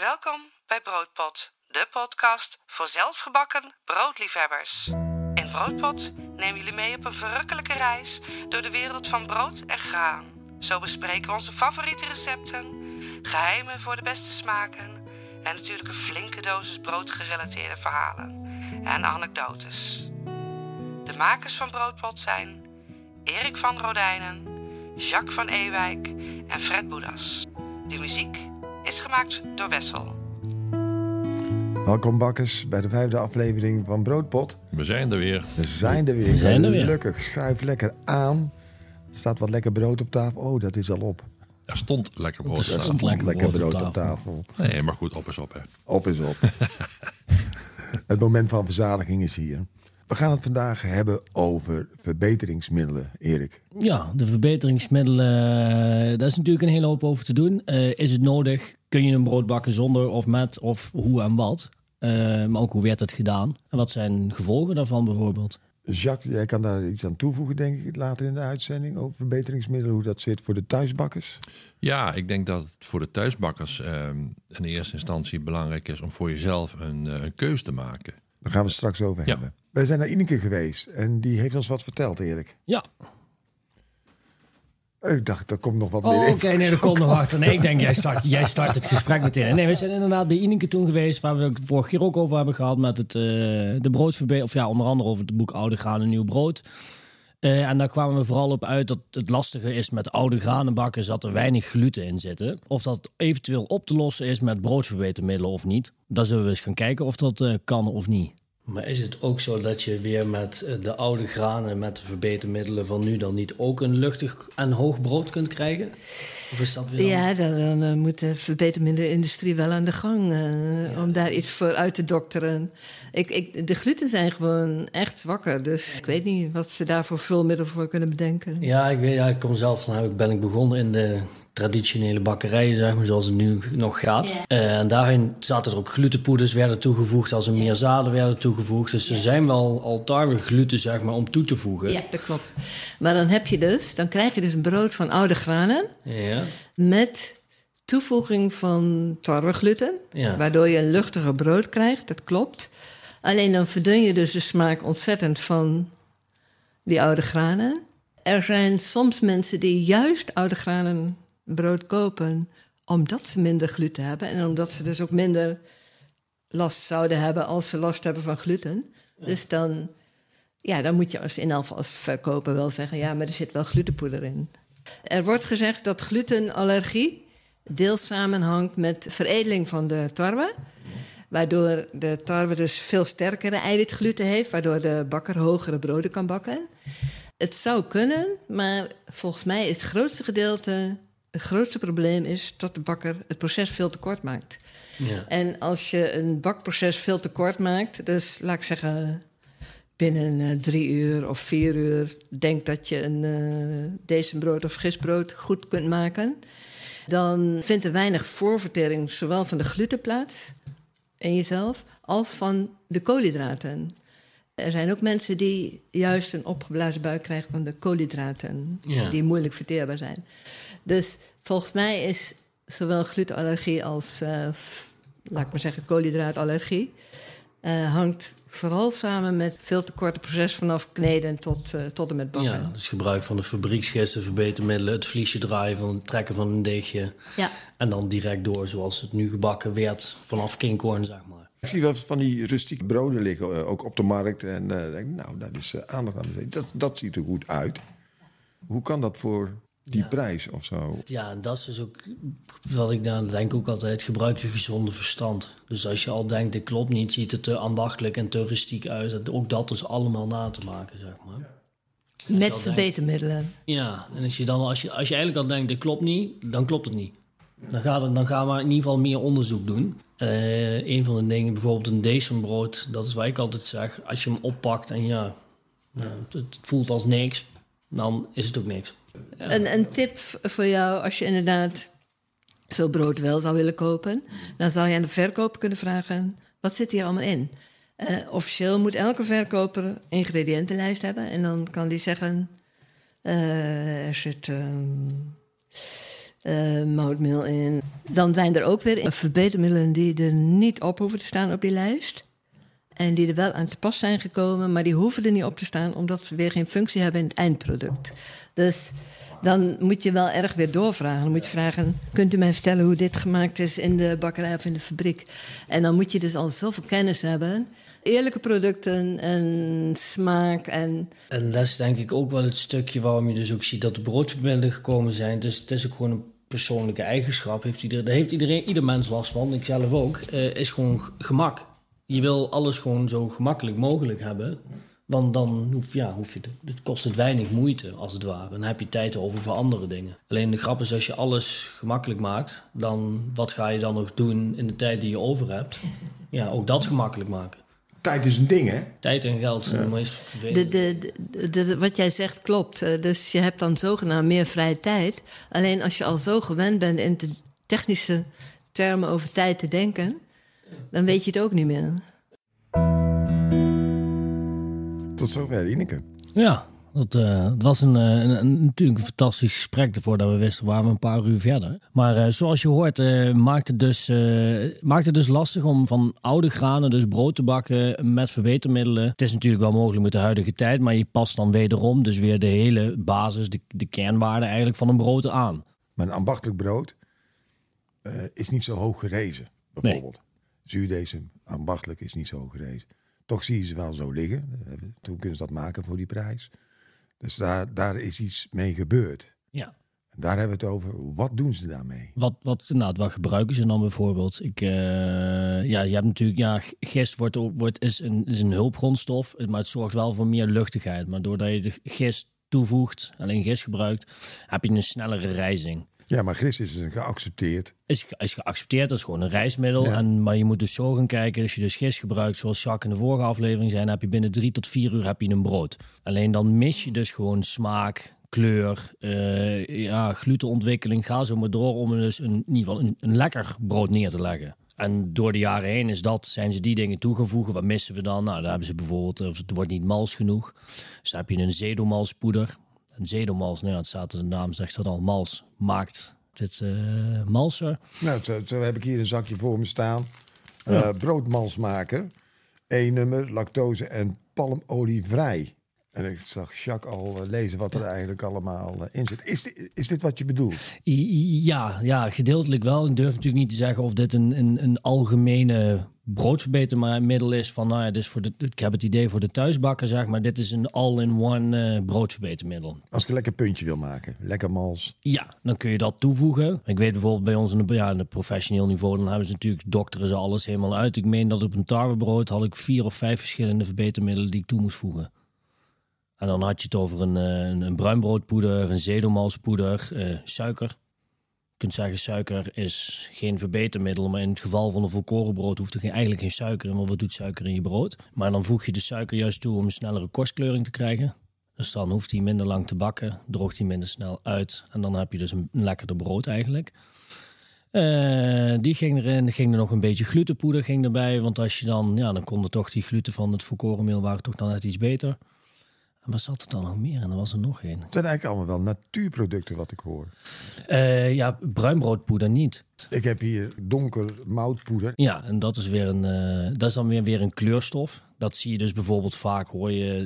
Welkom bij Broodpot, de podcast voor zelfgebakken broodliefhebbers. In Broodpot nemen jullie mee op een verrukkelijke reis door de wereld van brood en graan. Zo bespreken we onze favoriete recepten, geheimen voor de beste smaken en natuurlijk een flinke dosis broodgerelateerde verhalen en anekdotes. De makers van Broodpot zijn Erik van Rodijnen, Jacques van Ewijk en Fred Boedas. De muziek is gemaakt door Wessel. Welkom bakkers bij de 5e aflevering van Broodpot. We zijn er weer. We zijn er weer. Gelukkig, schuif lekker aan. Er staat wat lekker brood op tafel. Oh, dat is al op. Er stond lekker brood. Er stond lekker brood op tafel. Nee, maar goed, op is op, hè. Op is op. Het moment van verzadiging is hier. We gaan het vandaag hebben over verbeteringsmiddelen, Erik. Ja, de verbeteringsmiddelen, daar is natuurlijk een hele hoop over te doen. Is het nodig? Kun je een brood bakken zonder of met of hoe en wat? Maar ook hoe werd het gedaan? En wat zijn gevolgen daarvan bijvoorbeeld? Jacques, jij kan daar iets aan toevoegen, denk ik, later in de uitzending over verbeteringsmiddelen, hoe dat zit voor de thuisbakkers. Ja, ik denk dat het voor de thuisbakkers in eerste instantie belangrijk is om voor jezelf een keus te maken. Daar gaan we het straks over hebben. Ja. Wij zijn naar Ineke geweest en die heeft ons wat verteld, Erik. Ja. Ik dacht, er komt nog wat meer in. Oké, nee, er komt nog achter. Nee, ik denk, jij start het gesprek meteen. Nee, we zijn inderdaad bij Ineke toen geweest, waar we het vorige keer ook over hebben gehad met de broodverbetering. Of ja, onder andere over het boek Oude Graan en Nieuw Brood. En daar kwamen we vooral op uit dat het lastige is met oude granen bakken, dat er weinig gluten in zitten. Of dat eventueel op te lossen is met broodverbetermiddelen of niet. Daar zullen we eens gaan kijken of dat kan of niet. Maar is het ook zo dat je weer met de oude granen, met de verbetermiddelen van nu dan niet ook een luchtig en hoog brood kunt krijgen? Of is dat weer dan... Ja, dan moet de verbetermiddelenindustrie wel aan de gang om daar iets voor uit te dokteren. De gluten zijn gewoon echt zwakker, dus ik weet niet wat ze daar voor vulmiddel voor kunnen bedenken. Ja, ik kom zelf ben ik begonnen in de traditionele bakkerijen, zeg maar, zoals het nu nog gaat. Yeah. En daarin zaten er ook glutenpoeders werden toegevoegd, als er meer zaden werden toegevoegd. Dus er zijn wel al tarwe gluten, zeg maar, om toe te voegen. Ja, dat klopt. Maar dan krijg je dus een brood van oude granen met toevoeging van tarwegluten, waardoor je een luchtiger brood krijgt, dat klopt. Alleen dan verdun je dus de smaak ontzettend van die oude granen. Er zijn soms mensen die juist oude granen brood kopen omdat ze minder gluten hebben en omdat ze dus ook minder last zouden hebben als ze last hebben van gluten. Ja. Dus dan moet je als verkoper wel zeggen, ja, maar er zit wel glutenpoeder in. Er wordt gezegd dat glutenallergie deels samenhangt met veredeling van de tarwe, waardoor de tarwe dus veel sterkere eiwitgluten heeft, waardoor de bakker hogere broden kan bakken. Het zou kunnen, maar volgens mij is het grootste probleem is dat de bakker het proces veel te kort maakt. Ja. En als je een bakproces veel te kort maakt, dus laat ik zeggen binnen 3 uur of 4 uur denkt dat je een decembrood of gistbrood goed kunt maken, dan vindt er weinig voorvertering zowel van de gluten plaats in jezelf als van de koolhydraten. Er zijn ook mensen die juist een opgeblazen buik krijgen van de koolhydraten, die moeilijk verteerbaar zijn. Dus volgens mij is zowel glutenallergie als, laat ik maar zeggen, koolhydraatallergie hangt vooral samen met veel te korte proces vanaf kneden tot en met bakken. Ja, dus gebruik van de fabrieksgisten, verbetermiddelen, het vliesje draaien van het trekken van een deegje. Ja. En dan direct door zoals het nu gebakken werd vanaf kinkoorn, zeg maar. Ik zie wel van die rustieke broden liggen, ook op de markt. En denk, nou, dat is aandacht aan. Dat ziet er goed uit. Hoe kan dat voor die prijs of zo? Ja, en dat is dus ook wat ik dan denk ook altijd. Gebruik je gezonde verstand. Dus als je al denkt, dit klopt niet, ziet het te ambachtelijk en te rustiek uit. Ook dat is allemaal na te maken, zeg maar. Met verbetermiddelen. Ja, en als je eigenlijk al denkt, dit klopt niet, dan klopt het niet. Dan gaan we in ieder geval meer onderzoek doen. Een van de dingen, bijvoorbeeld een decembrood, dat is wat ik altijd zeg. Als je hem oppakt en het voelt als niks, dan is het ook niks. Ja. Een tip voor jou, als je inderdaad zo'n brood wel zou willen kopen, dan zou je aan de verkoper kunnen vragen, wat zit hier allemaal in? Officieel moet elke verkoper een ingrediëntenlijst hebben en dan kan die zeggen, er zit moutmeel in. Dan zijn er ook weer verbetermiddelen die er niet op hoeven te staan op die lijst. En die er wel aan te pas zijn gekomen, maar die hoeven er niet op te staan omdat ze weer geen functie hebben in het eindproduct. Dus dan moet je wel erg weer doorvragen. Dan moet je vragen, kunt u mij vertellen hoe dit gemaakt is in de bakkerij of in de fabriek? En dan moet je dus al zoveel kennis hebben. Eerlijke producten en smaak. En dat is denk ik ook wel het stukje waarom je dus ook ziet dat de broodvermiddelen gekomen zijn. Dus het is ook gewoon een persoonlijke eigenschap. Daar heeft ieder mens last van, ik zelf ook. Is gewoon gemak. Je wil alles gewoon zo gemakkelijk mogelijk hebben. Want dan hoef je het kost het weinig moeite, als het ware. Dan heb je tijd over voor andere dingen. Alleen de grap is, als je alles gemakkelijk maakt, dan wat ga je dan nog doen in de tijd die je over hebt? Ja, ook dat gemakkelijk maken. Tijd is een ding, hè? Tijd en geld zijn de meest vervelende. Wat jij zegt klopt. Dus je hebt dan zogenaamd meer vrije tijd. Alleen als je al zo gewend bent in de technische termen over tijd te denken, dan weet je het ook niet meer. Tot zover, Ineke. Ja, het was natuurlijk een fantastisch gesprek voordat we wisten waar we een paar uur verder. Maar zoals je hoort maakt het dus lastig om van oude granen dus brood te bakken met verbetermiddelen. Het is natuurlijk wel mogelijk met de huidige tijd, maar je past dan wederom dus weer de hele basis, de kernwaarde eigenlijk van een brood aan. Maar een ambachtelijk brood is niet zo hoog gerezen, bijvoorbeeld. Nee. Zuurdesem, ambachtelijk is niet zo hoog gerezen. Toch zie je ze wel zo liggen. Toen kunnen ze dat maken voor die prijs. Dus daar is iets mee gebeurd. Ja. En daar hebben we het over. Wat doen ze daarmee? Wat gebruiken ze dan bijvoorbeeld? Je hebt natuurlijk... gist is een hulpgrondstof, maar het zorgt wel voor meer luchtigheid. Maar doordat je de gist toevoegt, alleen gist gebruikt, heb je een snellere rijzing. Ja, maar gist is geaccepteerd. Is geaccepteerd, dat is gewoon een rijstmiddel. Ja. Maar je moet dus zo gaan kijken, als je dus gist gebruikt, zoals Jacques in de vorige aflevering zei, dan heb je binnen 3 tot 4 uur heb je een brood. Alleen dan mis je dus gewoon smaak, kleur, glutenontwikkeling. Ga zo maar door om dus in ieder geval een lekker brood neer te leggen. En door de jaren heen zijn ze die dingen toegevoegd. Wat missen we dan? Nou, daar hebben ze bijvoorbeeld, of het wordt niet mals genoeg. Dus dan heb je een zedelmalspoeder. Een zedelmals, het staat in de naam, zegt dat al, mals maakt dit malser. Nou, zo heb ik hier een zakje voor me staan. Broodmals maken. 1 nummer, lactose en palmolie-vrij. En ik zag Jacques al lezen wat er eigenlijk allemaal in zit. Is dit wat je bedoelt? Ja, gedeeltelijk wel. Ik durf natuurlijk niet te zeggen of dit een algemene broodverbetermiddel is. Van, ik heb het idee voor de thuisbakker, zeg maar. Dit is een all-in-one broodverbetermiddel. Als ik een lekker puntje wil maken, lekker mals. Ja, dan kun je dat toevoegen. Ik weet bijvoorbeeld bij ons in het professioneel niveau, dan hebben ze natuurlijk, dokteren ze alles helemaal uit. Ik meen dat op een tarwebrood had ik 4 of 5 verschillende verbetermiddelen die ik toe moest voegen. En dan had je het over een bruinbroodpoeder, een zedelmalspoeder, suiker. Je kunt zeggen, suiker is geen verbetermiddel, maar in het geval van een volkorenbrood hoeft er eigenlijk geen suiker in. Maar wat doet suiker in je brood? Maar dan voeg je de suiker juist toe om een snellere korstkleuring te krijgen. Dus dan hoeft hij minder lang te bakken, droogt hij minder snel uit. En dan heb je dus een lekkerder brood eigenlijk. Die ging erin, ging er nog een beetje glutenpoeder ging erbij. Want als je dan kon er toch die gluten van het volkorenmeel waren toch dan net iets beter. En wat zat er dan nog meer? En er was er nog één. Het zijn eigenlijk allemaal wel natuurproducten wat ik hoor. Bruinbroodpoeder niet. Ik heb hier donker moutpoeder. Ja, en dat is dan weer een kleurstof. Dat zie je dus bijvoorbeeld vaak, hoor je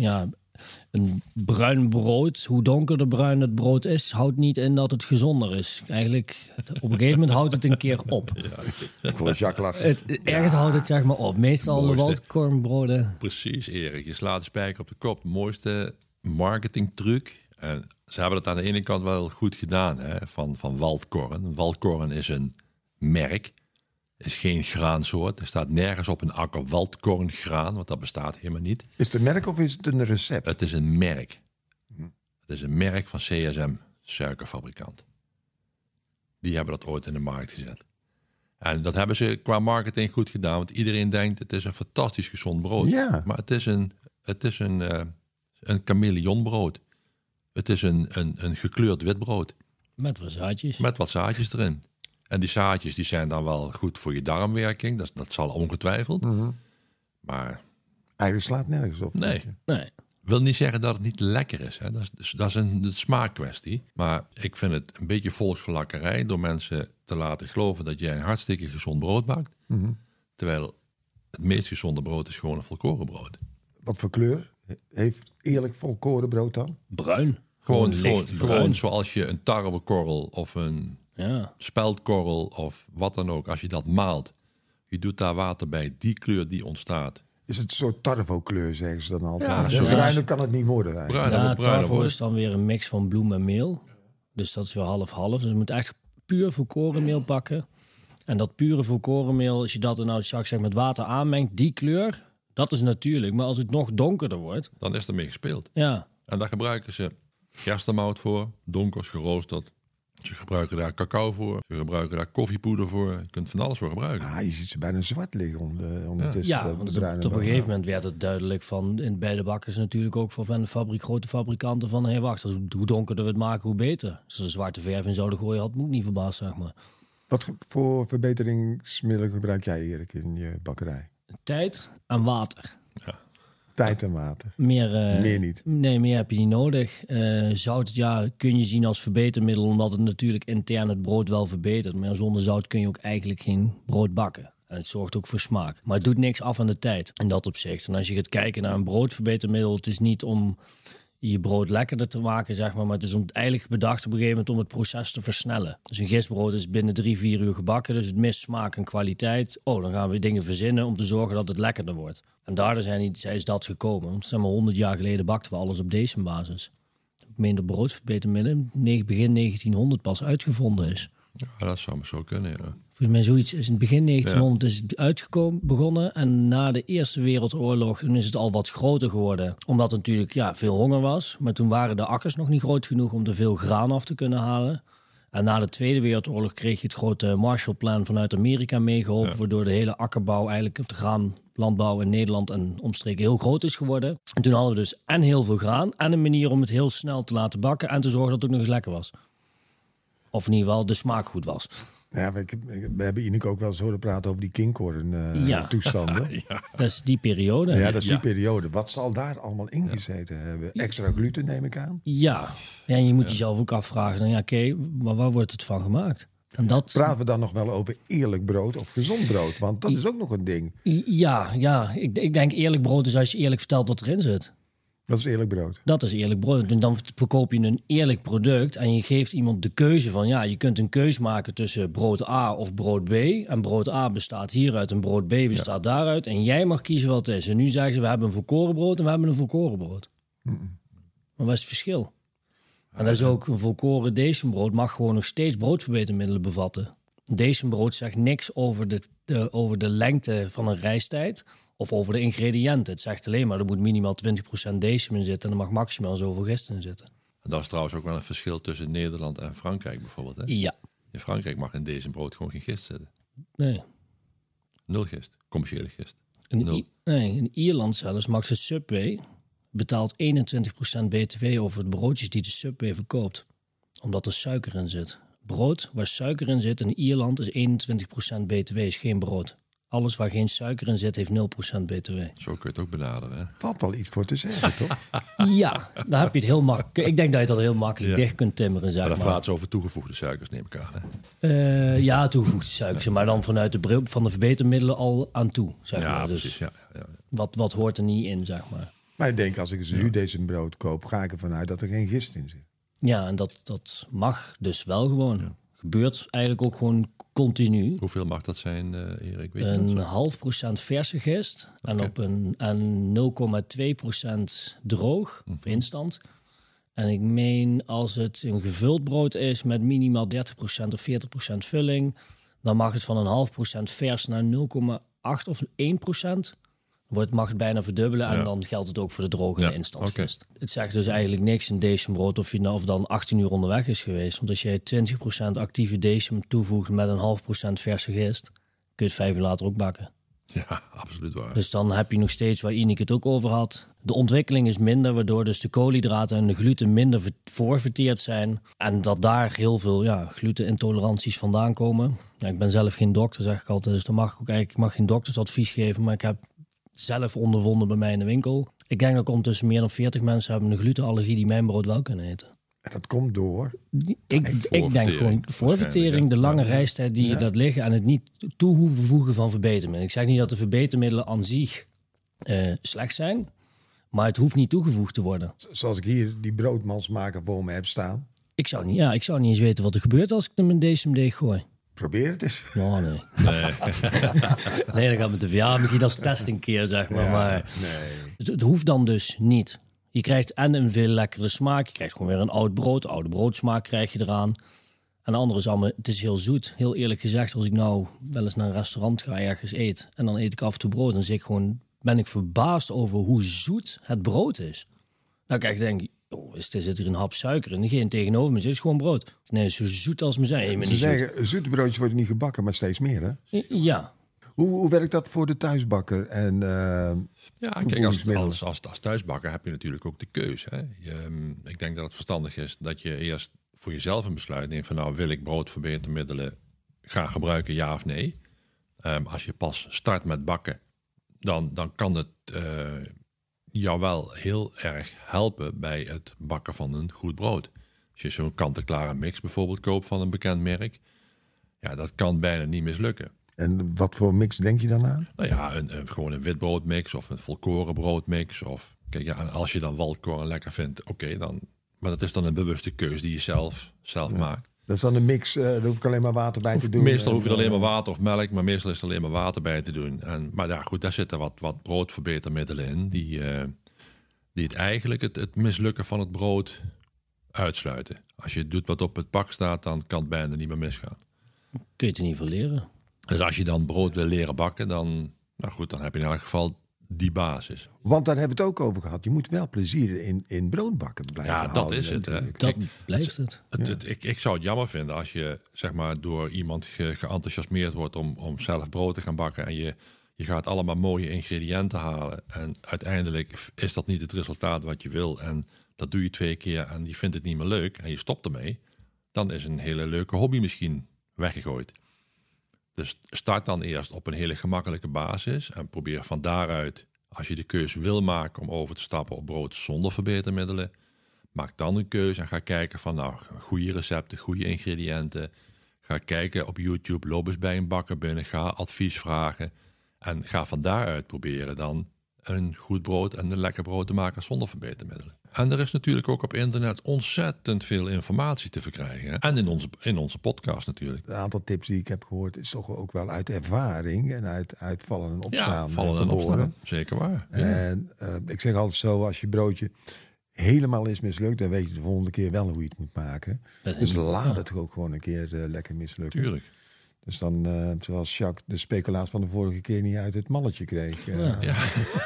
een bruin brood. Hoe donkerder bruin het brood is, houdt niet in dat het gezonder is. Eigenlijk, op een gegeven moment houdt het een keer op. Ik wil Jacques lachen. Ergens houdt het zeg maar op. Meestal waldkornbroden. Precies, Erik. Je slaat de spijker op de kop. De mooiste marketingtruc. En ze hebben het aan de ene kant wel goed gedaan, hè, van waldkorn. Waldkorn is een merk. Is geen graansoort. Er staat nergens op een akker waldkorngraan, want dat bestaat helemaal niet. Is het een merk of is het een recept? Het is een merk. Het is een merk van CSM, suikerfabrikant. Die hebben dat ooit in de markt gezet. En dat hebben ze qua marketing goed gedaan, want iedereen denkt het is een fantastisch gezond brood. Ja. Maar het is een chameleonbrood. Het is een gekleurd wit brood. Met wat zaadjes. Met wat zaadjes erin. En die zaadjes die zijn dan wel goed voor je darmwerking. Dat zal ongetwijfeld. Mm-hmm. Maar eigenlijk slaat nergens op. Nee. wil niet zeggen dat het niet lekker is. Hè. Dat is een smaakkwestie. Maar ik vind het een beetje volksverlakkerij door mensen te laten geloven dat jij een hartstikke gezond brood bakt. Mm-hmm. Terwijl het meest gezonde brood is gewoon een volkorenbrood. Wat voor kleur heeft eerlijk volkorenbrood dan? Bruin. Gewoon zoals je een tarwekorrel of een speldkorrel of wat dan ook, als je dat maalt. Je doet daar water bij, die kleur die ontstaat. Is het een soort tarvo-kleur, zeggen ze dan altijd? Ja, bruiner kan het niet worden eigenlijk. Tarvo is dan weer een mix van bloem en meel. Dus dat is weer half-half. Dus je moet echt puur volkorenmeel pakken. En dat pure volkorenmeel, als je dat nou straks met water aanmengt, die kleur, dat is natuurlijk. Maar als het nog donkerder wordt, dan is er mee gespeeld. Ja. En daar gebruiken ze gerstemout voor, donkers geroosterd. Ze gebruiken daar cacao voor. Ze gebruiken daar koffiepoeder voor. Je kunt van alles voor gebruiken. Je ziet ze bijna zwart liggen ondertussen. Ja, want op een gegeven moment werd het duidelijk bij de bakkers natuurlijk ook van de grote fabrikanten van wacht, hoe donkerder we het maken, hoe beter. Als ze er zwarte verf in zouden gooien, had moet niet verbaasd, zeg maar. Wat voor verbeteringsmiddelen gebruik jij, Erik, in je bakkerij? Tijd en water. Ja. Tijd en water. Meer niet. Nee, meer heb je niet nodig. Zout kun je zien als verbetermiddel, omdat het natuurlijk intern het brood wel verbetert. Maar zonder zout kun je ook eigenlijk geen brood bakken. En het zorgt ook voor smaak. Maar het doet niks af aan de tijd in dat opzicht. En als je gaat kijken naar een broodverbetermiddel, het is niet om je brood lekkerder te maken, zeg maar het is eigenlijk bedacht op een gegeven moment om het proces te versnellen. Dus een gistbrood is binnen 3-4 uur gebakken, dus het mist smaak en kwaliteit. Dan gaan we dingen verzinnen om te zorgen dat het lekkerder wordt. En daardoor is dat gekomen. Want 100 jaar geleden bakten we alles op decimbasis. Ik meen dat broodverbetermiddelen begin 1900 pas uitgevonden is. Ja, dat zou maar zo kunnen, ja. Volgens mij zoiets is in het begin 1900 is het begonnen. En na de Eerste Wereldoorlog is het al wat groter geworden. Omdat er natuurlijk veel honger was. Maar toen waren de akkers nog niet groot genoeg om er veel graan af te kunnen halen. En na de Tweede Wereldoorlog kreeg je het grote Marshallplan vanuit Amerika meegeholpen. Ja. Waardoor de hele akkerbouw, eigenlijk de graanlandbouw in Nederland en omstreken heel groot is geworden. En toen hadden we dus en heel veel graan en een manier om het heel snel te laten bakken. En te zorgen dat het ook nog eens lekker was. Of in ieder geval de smaak goed was. Ja, we hebben Ineke ook wel eens horen praten over die kinkorn-toestanden. Ja. Dat is die periode. Ja, dat is die periode. Wat zal daar allemaal in gezeten hebben? Extra gluten, neem ik aan? Ja, en je moet jezelf ook afvragen. Maar waar wordt het van gemaakt? En dat... Praten we dan nog wel over eerlijk brood of gezond brood? Want dat is ook nog een ding. Ja. Ik denk eerlijk brood is als je eerlijk vertelt wat erin zit. Dat is eerlijk brood. Dat is eerlijk brood. En dan verkoop je een eerlijk product en je geeft iemand de keuze van je kunt een keuze maken tussen brood A of brood B. En brood A bestaat hieruit en brood B bestaat daaruit. En jij mag kiezen wat het is. En nu zeggen ze, we hebben een volkoren brood en we hebben een volkoren brood. Maar wat is het verschil? En dat is ook een volkoren decembrood mag gewoon nog steeds broodverbetermiddelen bevatten. Decembrood zegt niks over de lengte van een rijsttijd. Of over de ingrediënten. Het zegt alleen maar, er moet minimaal 20% decem in zitten... en er mag maximaal zoveel gist in zitten. En dat is trouwens ook wel een verschil tussen Nederland en Frankrijk bijvoorbeeld. Hè? Ja. In Frankrijk mag in decembrood gewoon geen gist zitten. Nee. 0 gist. Commerciële gist. In Ierland zelfs mag de Subway... betaalt 21% btw over de broodjes die de Subway verkoopt. Omdat er suiker in zit. Brood waar suiker in zit in Ierland is 21% btw, is geen brood. Alles waar geen suiker in zit, heeft 0% btw. Zo kun je het ook benaderen, hè? Valt wel iets voor te zeggen, toch? Ja, daar heb je het heel makkelijk. Ik denk dat je dat heel makkelijk dicht kunt timmeren, zeg maar. Dan praat ze over toegevoegde suikers, neem ik aan, hè? Ja, toegevoegde suikers. Maar dan vanuit de bril van de verbetermiddelen al aan toe, zeg maar. Dus precies, ja. Wat hoort er niet in, zeg maar. Maar ik denk, als ik nu deze brood koop, ga ik ervan uit dat er geen gist in zit. Ja, en dat mag dus wel gewoon. Ja. Gebeurt eigenlijk ook gewoon continu. Hoeveel mag dat zijn, Erik? Weet een 0,5% verse gist en 0,2% droog of instant. En ik meen als het een gevuld brood is met minimaal 30% of 40% vulling, dan mag het van een 0,5% vers naar 0,8 of 1%. Mag het bijna verdubbelen en dan geldt het ook voor de droge en instant gist. Het zegt dus eigenlijk niks in decembrood of dan 18 uur onderweg is geweest. Want als je 20% actieve decem toevoegt met een 0,5% verse gist, kun je het 5 uur later ook bakken. Ja, absoluut waar. Dus dan heb je nog steeds, waar Ineke het ook over had, de ontwikkeling is minder, waardoor dus de koolhydraten en de gluten minder voorverteerd zijn. En dat daar heel veel glutenintoleranties vandaan komen. Ja, ik ben zelf geen dokter, zeg ik altijd, dus dan mag ik ook eigenlijk geen doktersadvies geven, maar ik heb zelf ondervonden bij mij in de winkel. Ik denk dat ondertussen meer dan 40 mensen hebben een glutenallergie die mijn brood wel kunnen eten. En dat komt door? Ik denk gewoon voorvertering, de lange reistijd die je dat liggen en het niet toevoegen van verbetermiddelen. Ik zeg niet dat de verbetermiddelen aan zich slecht zijn, maar het hoeft niet toegevoegd te worden. Zoals ik hier die broodmansmaker voor me heb staan. Ik zou niet eens weten wat er gebeurt als ik hem in DSM-deeg gooi. Probeer het eens. Oh, nee. Nee, dan gaat het te veel. Ja, misschien als test een keer, zeg maar. Maar het hoeft dan dus niet. Je krijgt en een veel lekkere smaak. Je krijgt gewoon weer een oud brood. Oude broodsmaak krijg je eraan. En de andere is allemaal, het is heel zoet. Heel eerlijk gezegd, als ik nou wel eens naar een restaurant ga ergens eet en dan eet ik af en toe brood, dan ben ik verbaasd over hoe zoet het brood is. Nou kijk, denk ik, zit er een hap suiker in? Geen tegenover me, het is gewoon brood. Nee, het is zo zoet als me zijn. Ze zeggen, zoete broodjes worden niet gebakken, maar steeds meer, hè? Ja. Hoe werkt dat voor de thuisbakker? En, kijk, als thuisbakker heb je natuurlijk ook de keus. Hè? Ik denk dat het verstandig is dat je eerst voor jezelf een besluit neemt van, nou, wil ik broodverbetermiddelen gaan gebruiken, ja of nee? Als je pas start met bakken, dan kan het jou wel heel erg helpen bij het bakken van een goed brood. Als je zo'n kant-en-klare mix bijvoorbeeld koopt van een bekend merk, ja, dat kan bijna niet mislukken. En wat voor mix denk je dan aan? Nou ja, gewoon een witbroodmix of een volkorenbroodmix. Of, kijk, ja, en als je dan waldkorn lekker vindt, oké, dan. Maar dat is dan een bewuste keus die je zelf maakt. Dat is dan een mix, daar hoef ik alleen maar water bij te doen. Meestal hoef je er alleen maar water of melk, maar meestal is er alleen maar water bij te doen. Maar ja, goed, daar zitten wat broodverbetermiddelen in die het eigenlijk het mislukken van het brood uitsluiten. Als je doet wat op het pak staat, dan kan het bijna niet meer misgaan. Kun je het er niet van leren. Dus als je dan brood wil leren bakken, dan heb je in elk geval die basis. Want daar hebben we het ook over gehad. Je moet wel plezier in broodbakken blijven houden. Ja, dat is het. Hè. Dat blijft het. Ik zou het jammer vinden als je zeg maar door iemand geenthousiasmeerd wordt om zelf brood te gaan bakken en je gaat allemaal mooie ingrediënten halen en uiteindelijk is dat niet het resultaat wat je wil en dat doe je 2 keer en je vindt het niet meer leuk en je stopt ermee. Dan is een hele leuke hobby misschien weggegooid. Dus start dan eerst op een hele gemakkelijke basis en probeer van daaruit, als je de keuze wil maken om over te stappen op brood zonder verbetermiddelen, maak dan een keuze en ga kijken van goede recepten, goede ingrediënten. Ga kijken op YouTube, loop eens bij een bakker binnen, ga advies vragen en ga van daaruit proberen dan een goed brood en een lekker brood te maken zonder verbetermiddelen. En er is natuurlijk ook op internet ontzettend veel informatie te verkrijgen. Hè? En in onze podcast natuurlijk. Een aantal tips die ik heb gehoord is toch ook wel uit ervaring en uit vallen en opstaan. Ja, vallen en opstaan, zeker waar. Ja. En ik zeg altijd zo, als je broodje helemaal is mislukt, dan weet je de volgende keer wel hoe je het moet maken. Dus laat het ook gewoon een keer lekker mislukken. Tuurlijk. Dus dan, zoals Jacques de speculaas van de vorige keer niet uit het malletje kreeg. Ja.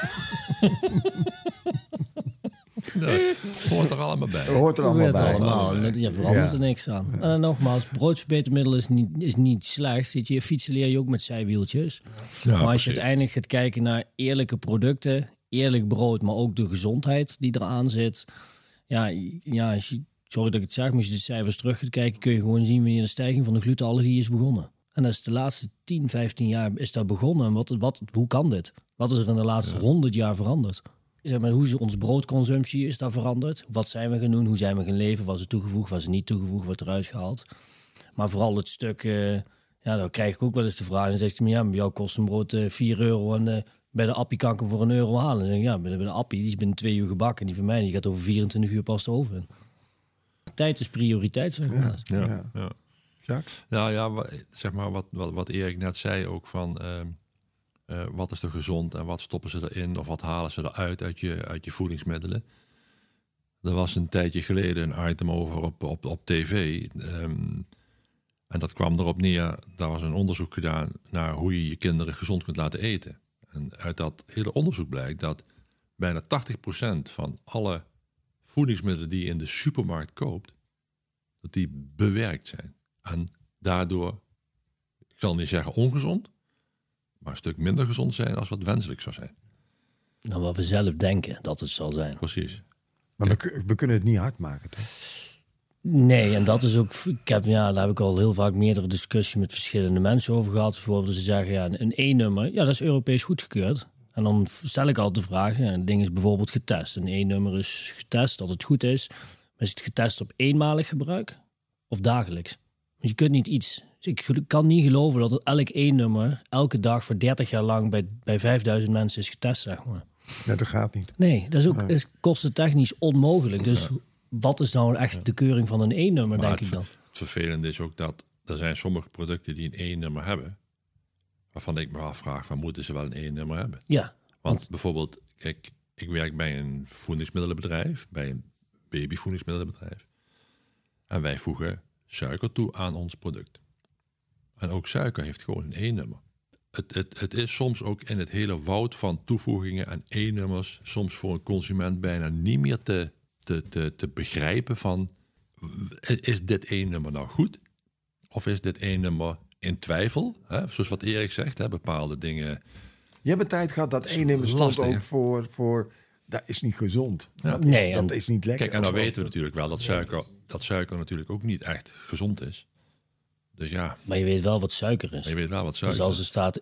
Dat hoort er allemaal bij. Hoort er allemaal bij. Je verandert er niks aan. En nogmaals, broodverbetermiddel is niet slecht. Je fietsen leer je ook met zijwieltjes. Ja, maar als je uiteindelijk gaat kijken naar eerlijke producten, eerlijk brood, maar ook de gezondheid die eraan zit. Ja, als je, sorry dat ik het zeg, maar als je de cijfers terug gaat kijken, kun je gewoon zien wanneer de stijging van de glutenallergie is begonnen. En dat is de laatste 10, 15 jaar is dat begonnen. En hoe kan dit? Wat is er in de laatste 100 jaar veranderd? Zeg maar, hoe is onze broodconsumptie is daar veranderd? Wat zijn we gaan doen? Hoe zijn we gaan leven? Was het toegevoegd? Was het niet toegevoegd? Wordt eruit gehaald? Maar vooral het stuk, dan krijg ik ook wel eens de vraag. En dan zegt hij, bij jou kost een brood €4 en bij de appie kan ik hem voor €1 halen. En dan zeg ik, bij de appie, die is binnen 2 uur gebakken. En die van mij, die gaat over 24 uur pas de oven in. Tijd is prioriteit, zeg maar. Ja. Jacques? Nou ja, zeg maar wat Erik net zei ook van wat is er gezond en wat stoppen ze erin of wat halen ze eruit uit je voedingsmiddelen. Er was een tijdje geleden een item over op tv en dat kwam erop neer, daar was een onderzoek gedaan naar hoe je je kinderen gezond kunt laten eten. En uit dat hele onderzoek blijkt dat bijna 80% van alle voedingsmiddelen die je in de supermarkt koopt, dat die bewerkt zijn. En daardoor, ik zal niet zeggen ongezond, maar een stuk minder gezond zijn als wat wenselijk zou zijn. Nou, wat we zelf denken dat het zal zijn. Precies. Maar we kunnen het niet hard maken, toch? Nee, en dat is ook... daar heb ik al heel vaak meerdere discussies met verschillende mensen over gehad. Bijvoorbeeld ze zeggen, een E-nummer, dat is Europees goedgekeurd. En En dan stel ik altijd de vraag, het ding is bijvoorbeeld getest. Een E-nummer is getest dat het goed is. Maar is het getest op eenmalig gebruik of dagelijks? Dus je kunt niet iets... Ik kan niet geloven dat elk E-nummer elke dag voor 30 jaar lang bij 5000 mensen is getest, zeg maar. Ja, dat gaat niet. Nee, dat is ook is kostentechnisch onmogelijk. Dus wat is nou echt de keuring van een E-nummer, denk ik dan? Het vervelende is ook dat er zijn sommige producten die een E-nummer hebben, waarvan ik me afvraag, van moeten ze wel een E-nummer hebben? Ja. Want bijvoorbeeld, kijk, ik werk bij een voedingsmiddelenbedrijf, bij een babyvoedingsmiddelenbedrijf. En wij voegen suiker toe aan ons product. En ook suiker heeft gewoon een E-nummer. Het is soms ook in het hele woud van toevoegingen en E-nummers soms voor een consument bijna niet meer te begrijpen van, is dit E-nummer nou goed? Of is dit E-nummer in twijfel? Hè? Zoals wat Erik zegt, hè? Bepaalde dingen. Je hebt een tijd gehad dat E-nummer stond ook voor dat is niet gezond. Ja. Dat is niet lekker. Kijk, en dan weten we natuurlijk wel dat suiker natuurlijk ook niet echt gezond is. Dus ja. Maar je weet wel wat suiker is. Je weet wel wat suiker dus als er staat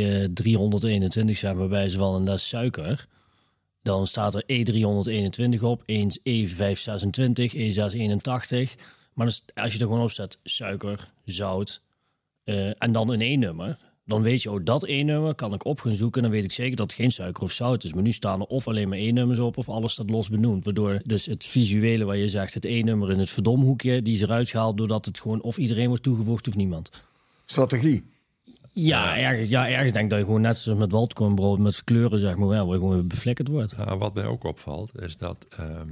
E321, zijn we bij van en dat is suiker. Dan staat er E321 op, eens E526, E681. Maar als je er gewoon op zet suiker, zout en dan een E-nummer, dan weet je, dat E-nummer kan ik op gaan zoeken en dan weet ik zeker dat het geen suiker of zout is. Maar nu staan er of alleen maar E-nummers op of alles staat los benoemd. Waardoor dus het visuele waar je zegt, het E-nummer in het verdomhoekje, die is eruit gehaald doordat het gewoon of iedereen wordt toegevoegd of niemand. Strategie. Ja, ergens denk ik dat je gewoon net zoals met waldkornbrood met kleuren, zeg maar, waar je gewoon beflikkerd wordt. Ja, wat mij ook opvalt is dat,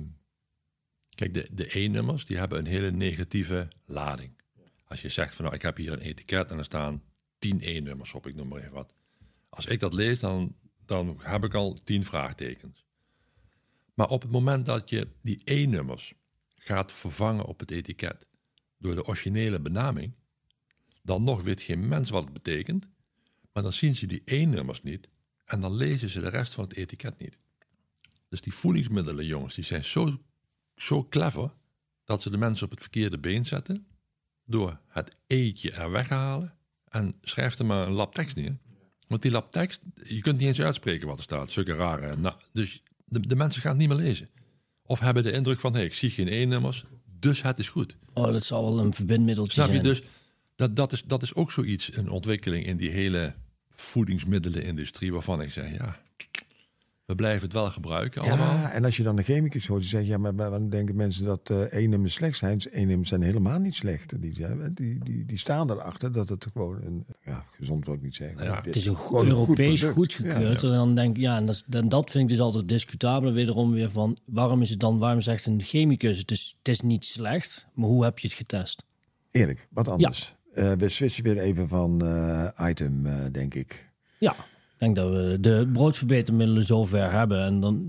kijk, de E-nummers die hebben een hele negatieve lading. Als je zegt van, nou, ik heb hier een etiket en er staan 10 E-nummers op, ik noem maar even wat. Als ik dat lees, dan heb ik al 10 vraagtekens. Maar op het moment dat je die E-nummers gaat vervangen op het etiket door de originele benaming, dan nog weet geen mens wat het betekent, maar dan zien ze die E-nummers niet en dan lezen ze de rest van het etiket niet. Dus die voedingsmiddelen, jongens, die zijn zo clever dat ze de mensen op het verkeerde been zetten door het eetje er weghalen en schrijft er maar een lap tekst neer. Want die lap tekst, je kunt niet eens uitspreken wat er staat. Zulke rare. Nou, dus de mensen gaan het niet meer lezen. Of hebben de indruk van, ik zie geen E-nummers, dus het is goed. Oh, dat zal wel een verbindmiddeltje zijn. Snap je? Dus dat is ook zoiets, een ontwikkeling in die hele voedingsmiddelenindustrie, waarvan ik zeg, ja, we blijven het wel gebruiken allemaal. Ja, en als je dan de chemicus hoort, die zeggen, ja, maar dan denken mensen dat E-nummers slecht zijn. E-nummers zijn helemaal niet slecht. Die staan erachter dat het gewoon gezond wil ik niet zeggen. Ja, het is een Europees goedgekeurd. Ja. En dan denk ik, en dat vind ik dus altijd discutabel. Wederom weer van, waarom zegt een chemicus, het is niet slecht, maar hoe heb je het getest? Erik, wat anders. Ja. We switchen weer even van item, denk ik. Ja. Ik denk dat we de broodverbetermiddelen zover hebben. En dan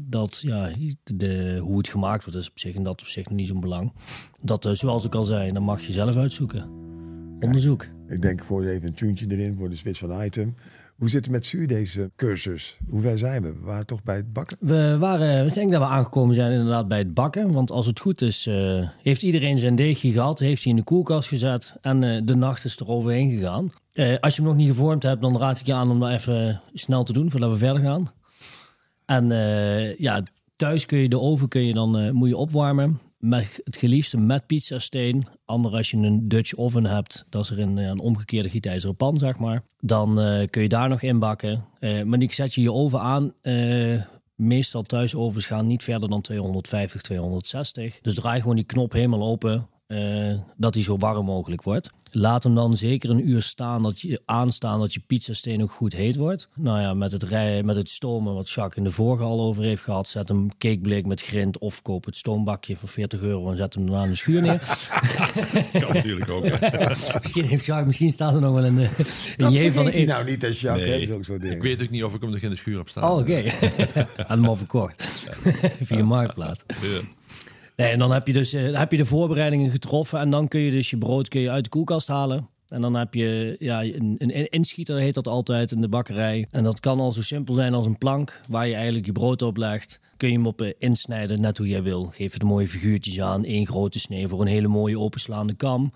hoe het gemaakt wordt is op zich en dat op zich nog niet zo'n belang. Dat, zoals ik al zei, dan mag je zelf uitzoeken. Onderzoek. Kijk, ik denk, gooi even een tuentje erin voor de switch van item. Hoe zit het met Zuur, deze cursus? Hoe ver zijn we? We waren toch bij het bakken? We denk dat we aangekomen zijn inderdaad bij het bakken. Want als het goed is, heeft iedereen zijn deegje gehad. Heeft hij in de koelkast gezet. En de nacht is er overheen gegaan. Als je hem nog niet gevormd hebt, dan raad ik je aan om dat even snel te doen voordat we verder gaan. En thuis de oven moet je opwarmen. Met het geliefste met pizzasteen. Ander als je een Dutch oven hebt, dat is er een omgekeerde gietijzeren pan, zeg maar. Dan kun je daar nog in bakken. Maar die zet je je oven aan. Meestal thuisovens gaan niet verder dan 250, 260. Dus draai gewoon die knop helemaal open. Dat hij zo warm mogelijk wordt. Laat hem dan zeker een uur aanstaan dat je pizzasteen ook goed heet wordt. Nou ja, met het stomen wat Jacques in de vorige al over heeft gehad, zet hem cakebleek met grind of koop het stoombakje voor €40 en zet hem daarna in de schuur neer. Kan natuurlijk ook. Misschien staat er nog wel een J van de nou niet als Jacques. Nee, ook zo ik weet ook niet of ik hem nog in de schuur heb staan. Oh, oké. Aan hem al verkocht. Via Marktplaats. Ja. Nee, en dan heb je de voorbereidingen getroffen en dan kun je dus je brood uit de koelkast halen. En dan heb je een inschieter, heet dat altijd in de bakkerij. En dat kan al zo simpel zijn als een plank waar je eigenlijk je brood op legt. Kun je hem op insnijden, net hoe jij wil. Geef er de mooie figuurtjes aan, 1 grote snee voor een hele mooie openslaande kam.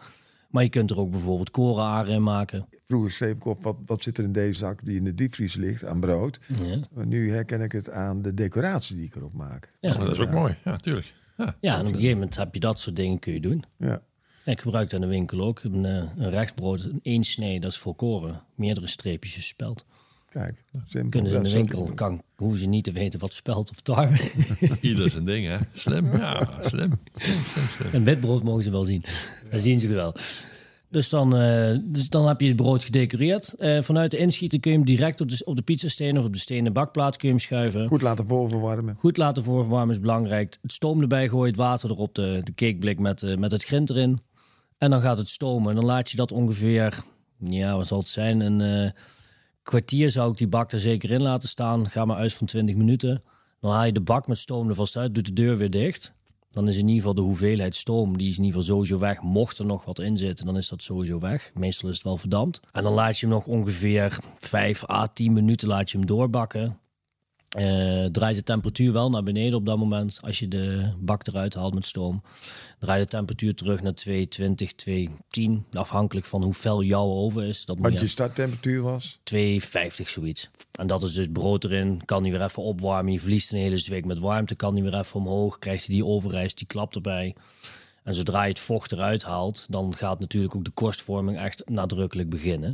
Maar je kunt er ook bijvoorbeeld korenaren in maken. Vroeger schreef ik op, wat zit er in deze zak die in de diepvries ligt aan brood. Ja. Maar nu herken ik het aan de decoratie die ik erop maak. Ja, dat is ook mooi. Ja, tuurlijk. Ja, en op een gegeven moment heb je dat soort dingen kun je doen. Ja. Ja, ik gebruik dat in de winkel ook. Ik heb een rechtsbrood, 1 snee, dat is volkoren. Meerdere streepjes gespeld. Kijk, simpel. Kunnen ze in de winkel, hoeven ze niet te weten wat spelt of tarwe. Ieder zijn ding, hè? Slim, ja, slim. Een witbrood mogen ze wel zien. Dat zien ze wel. Dus dan heb je het brood gedecoreerd. Vanuit de inschieter kun je hem direct op de pizzasteen of op de stenen bakplaat kun je hem schuiven. Goed laten voorverwarmen. Goed laten voorverwarmen is belangrijk. Het stoom erbij gooien, het water erop, de cakeblik met het grind erin. En dan gaat het stomen. En dan laat je dat ongeveer, wat zal het zijn, een kwartier zou ik die bak er zeker in laten staan. Ga maar uit van 20 minuten. Dan haal je de bak met stoom er vast uit, doet de deur weer dicht. Dan is in ieder geval de hoeveelheid stoom, die is in ieder geval sowieso weg. Mocht er nog wat in zitten, dan is dat sowieso weg. Meestal is het wel verdampt. En dan laat je hem nog ongeveer 5 à 10 minuten laat je hem doorbakken. Draait de temperatuur wel naar beneden op dat moment. Als je de bak eruit haalt met stoom. Draai de temperatuur terug naar 220, 210. Afhankelijk van hoe fel jouw oven is. Wat je starttemperatuur was? 250 zoiets. En dat is dus brood erin. Kan die weer even opwarmen. Je verliest een hele zweek met warmte. Kan die weer even omhoog. Krijgt hij die ovenrijst, die klapt erbij. En zodra je het vocht eruit haalt, dan gaat natuurlijk ook de korstvorming echt nadrukkelijk beginnen.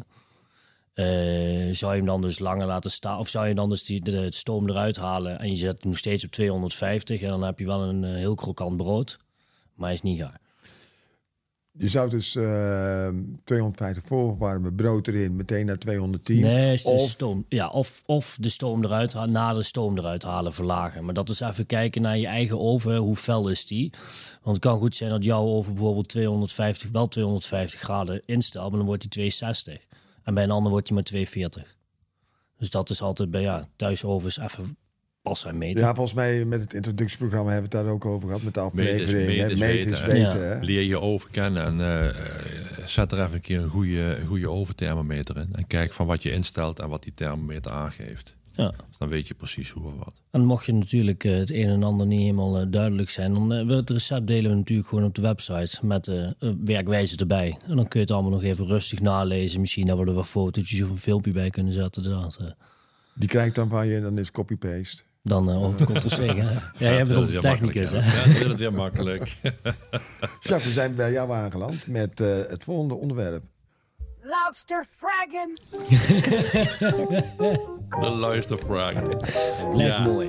Zou je hem dan dus langer laten staan? Of zou je dan dus de stoom eruit halen en je zet hem nog steeds op 250 en dan heb je wel een heel krokant brood, maar hij is niet gaar. Je zou dus 250 voorverwarmen, brood erin, meteen naar 210. Nee, stoom. Ja, of de stoom eruit halen, na de stoom eruit halen, verlagen. Maar dat is even kijken naar je eigen oven, hoe fel is die? Want het kan goed zijn dat jouw oven bijvoorbeeld 250 graden instelt, maar dan wordt die 260. En bij een ander wordt hij maar 240. Dus dat is altijd bij thuisovens even pas en meten. Ja, volgens mij met het introductieprogramma hebben we het daar ook over gehad. Met de aflevering. Meten is weten. Leer je oven kennen en zet er even een keer een goede oventhermometer in. En kijk van wat je instelt en wat die thermometer aangeeft. Ja. Dus dan weet je precies hoe of wat. En mocht je natuurlijk het een en ander niet helemaal duidelijk zijn, dan het recept delen we natuurlijk gewoon op de website met werkwijze erbij. En dan kun je het allemaal nog even rustig nalezen. Misschien dat we er wat fotootjes of een filmpje bij kunnen zetten. Die krijgt dan van je en dan is copy-paste. Dan Ctrl-C. Ja, jij bent onze technicus. Ja, dan is het weer makkelijk. Jacques, we zijn bij jou aangeland met het volgende onderwerp. Luistervragen. De luistervragen. Blijft mooi.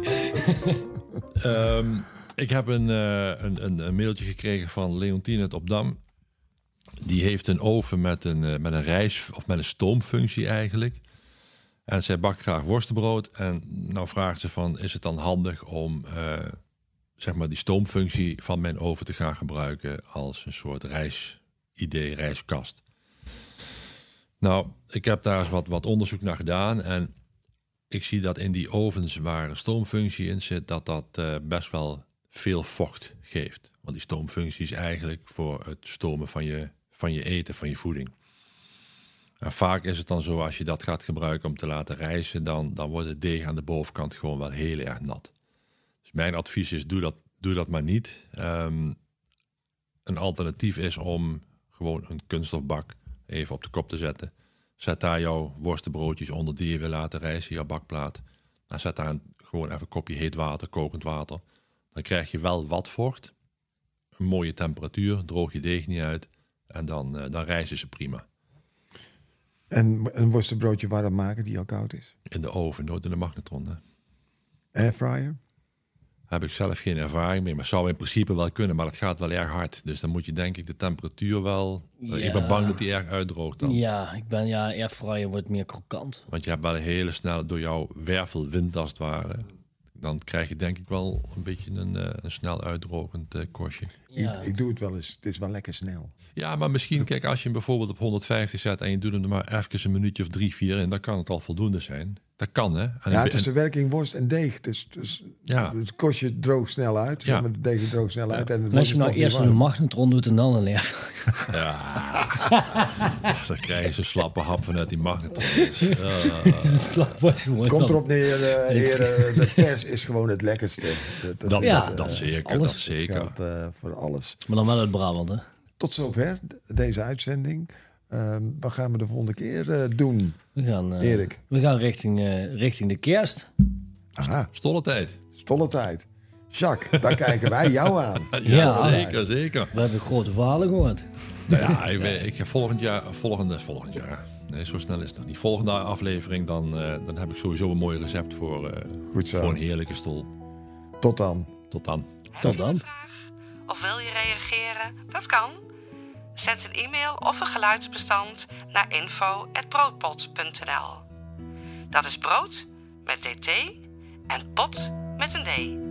Ik heb een mailtje gekregen van Leontine uit Opdam. Die heeft een oven met een rijst of met een stoomfunctie eigenlijk. En zij bakt graag worstenbrood. En nou vraagt ze van, is het dan handig om zeg maar die stoomfunctie van mijn oven te gaan gebruiken als een soort rijstkast. Nou, ik heb daar eens wat onderzoek naar gedaan en ik zie dat in die ovens waar een stoomfunctie in zit, dat best wel veel vocht geeft. Want die stoomfunctie is eigenlijk voor het stomen van je eten, van je voeding. En vaak is het dan zo, als je dat gaat gebruiken om te laten rijzen, dan wordt het deeg aan de bovenkant gewoon wel heel erg nat. Dus mijn advies is, doe dat maar niet. Een alternatief is om gewoon een kunststofbak even op de kop te zetten. Zet daar jouw worstenbroodjes onder die je wil laten rijzen, jouw bakplaat. Dan zet daar gewoon even een kopje heet water, kokend water. Dan krijg je wel wat vocht. Een mooie temperatuur, droog je deeg niet uit. En dan rijzen ze prima. En een worstenbroodje warm maken die al koud is? In de oven, nooit in de magnetron. Hè? Airfryer? Heb ik zelf geen ervaring mee, maar zou in principe wel kunnen. Maar dat gaat wel erg hard. Dus dan moet je denk ik de temperatuur wel... Ja. Ik ben bang dat die erg uitdroogt dan. Ja, airfryer wordt meer krokant. Want je hebt wel een hele snelle, door jouw wervelwind als het ware... Dan krijg je denk ik wel een beetje een snel uitdrogend kostje. Ja. Ik doe het wel eens. Het is wel lekker snel. Ja, maar misschien, kijk, als je hem bijvoorbeeld op 150 zet... en je doet hem er maar even een minuutje of 3-4 in... dan kan het al voldoende zijn. Dat kan, hè? Het is de werking worst en deeg. Dus het kostje droogt snel uit. Ja. Maar de deeg droogt snel uit. En als je nou eerst een magnetron doet en dan een leer. Dan krijg je zo'n slappe hap vanuit die magnetron. Komt erop neer, heren, de pers is gewoon het lekkerste. Dat zeker. Alles. Dat zeker. Dat geldt voor alles. Maar dan wel uit Brabant, hè? tot zover deze uitzending. Wat gaan we de volgende keer doen, Erik? We gaan richting de kerst. Aha. Stolle tijd. Jacques, daar kijken wij jou aan. Ja, zeker. We hebben grote verhalen gehoord. Ik ga volgend jaar. Nee, zo snel is het nog niet. Volgende aflevering, dan heb ik sowieso een mooi recept voor een heerlijke stol. Tot dan. Tot dan. Vraag? Of wil je reageren? Dat kan. Zend een e-mail of een geluidsbestand naar info@broodpot.nl. Dat is brood met dt en pot met een d.